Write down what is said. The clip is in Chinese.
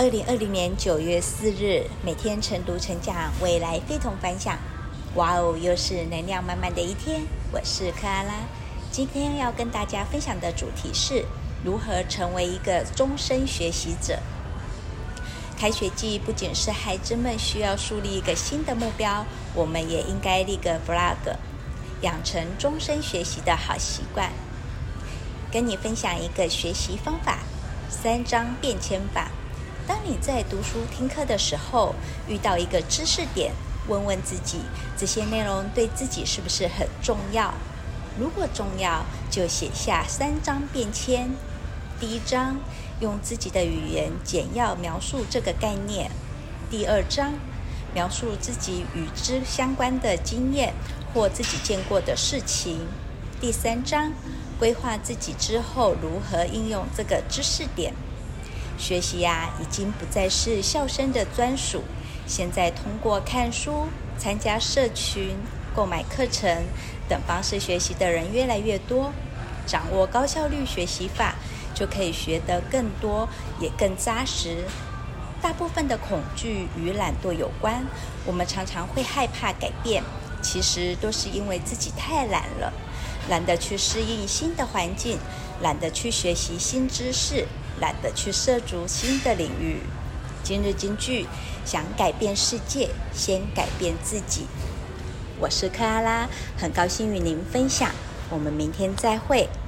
2020年9月4日，每天晨读晨讲，未来非同凡响。哇哦，又是能量满满的一天。我是克拉拉，今天要跟大家分享的主题是如何成为一个终身学习者。开学季不仅是孩子们需要树立一个新的目标，我们也应该立个 flag， 养成终身学习的好习惯。跟你分享一个学习方法，3章变迁法。当你在读书听课的时候，遇到一个知识点，问问自己，这些内容对自己是不是很重要？如果重要，就写下3章变迁。第1章，用自己的语言简要描述这个概念。第2章，描述自己与之相关的经验或自己见过的事情。第3章，规划自己之后如何应用这个知识点。学习已经不再是校生的专属，现在通过看书、参加社群、购买课程等方式学习的人越来越多。掌握高效率学习法，就可以学得更多，也更扎实。大部分的恐惧与懒惰有关，我们常常会害怕改变，其实都是因为自己太懒了，懒得去适应新的环境，懒得去学习新知识，懒得去涉足新的领域。今日金句：想改变世界，先改变自己。我是克拉拉，很高兴与您分享，我们明天再会。